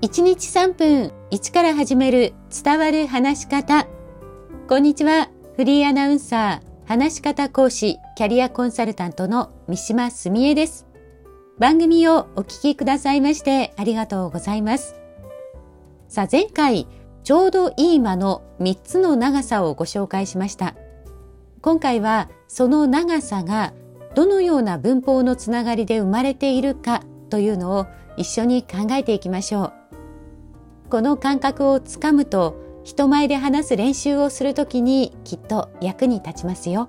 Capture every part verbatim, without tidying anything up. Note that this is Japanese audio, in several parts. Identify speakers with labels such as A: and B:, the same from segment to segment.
A: いちにちさんぷん、いちから始める伝わる話し方。こんにちは。フリーアナウンサー、話し方講師、キャリアコンサルタントの三島澄江です。番組をお聞きくださいましてありがとうございます。さあ、前回、ちょうどいい間のみっつの長さをご紹介しました。今回はその長さがどのような文法のつながりで生まれているかというのを一緒に考えていきましょう。この感覚をつかむと、人前で話す練習をするときにきっと役に立ちますよ。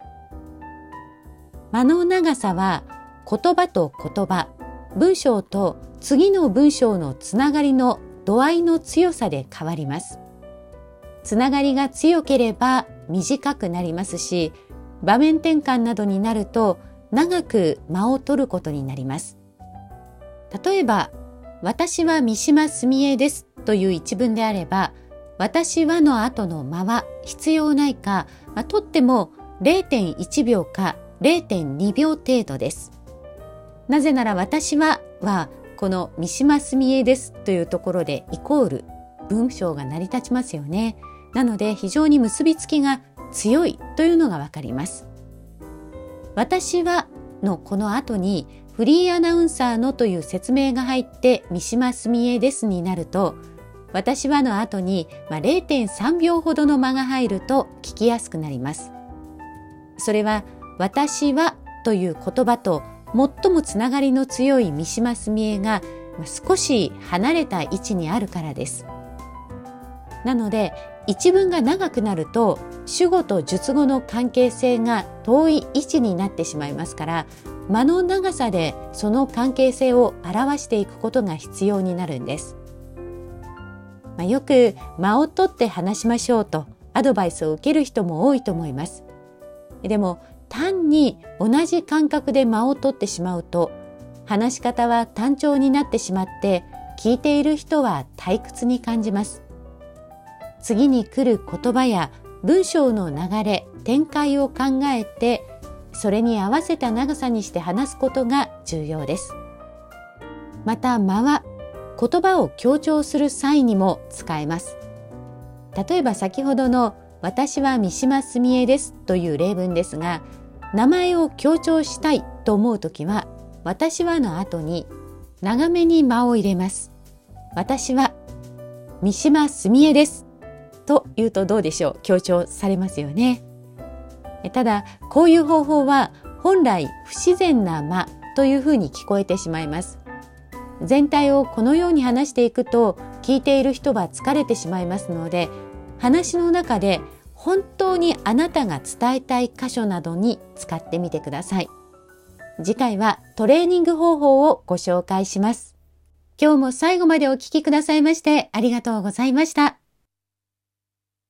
A: 間の長さは言葉と言葉、文章と次の文章のつながりの度合いの強さで変わります。つながりが強ければ短くなりますし、場面転換などになると長く間を取ることになります。例えば、私は三島澄江ですという一文であれば、私はの後の間は必要ないか、まあ、取っても れいてんいちびょうか れいてんにびょう程度です。なぜなら私ははこの三島澄江ですというところでイコール文章が成り立ちますよね。なので非常に結びつきが強いというのがわかります。私はのこの後にフリーアナウンサーのという説明が入って三島澄江ですになると、私はの後に れいてんさんびょうほどの間が入ると聞きやすくなります。それは私はという言葉と最もつながりの強い三島澄江が少し離れた位置にあるからです。なので一文が長くなると主語と述語の関係性が遠い位置になってしまいますから、間の長さでその関係性を表していくことが必要になるんです。まあ、よく間を取って話しましょうとアドバイスを受ける人も多いと思います。でも単に同じ感覚で間を取ってしまうと、話し方は単調になってしまって聞いている人は退屈に感じます。次に来る言葉や文章の流れ、展開を考えて、それに合わせた長さにして話すことが重要です。また間は言葉を強調する際にも使えます。例えば先ほどの私は三島澄江ですという例文ですが、名前を強調したいと思うときは、私はの後に長めに間を入れます。私は三島澄江ですと言うとどうでしょう。強調されますよね。ただこういう方法は本来不自然な間というふうに聞こえてしまいます。全体をこのように話していくと聞いている人は疲れてしまいますので、話の中で本当にあなたが伝えたい箇所などに使ってみてください。次回はトレーニング方法をご紹介します。今日も最後までお聞きくださいましてありがとうございました。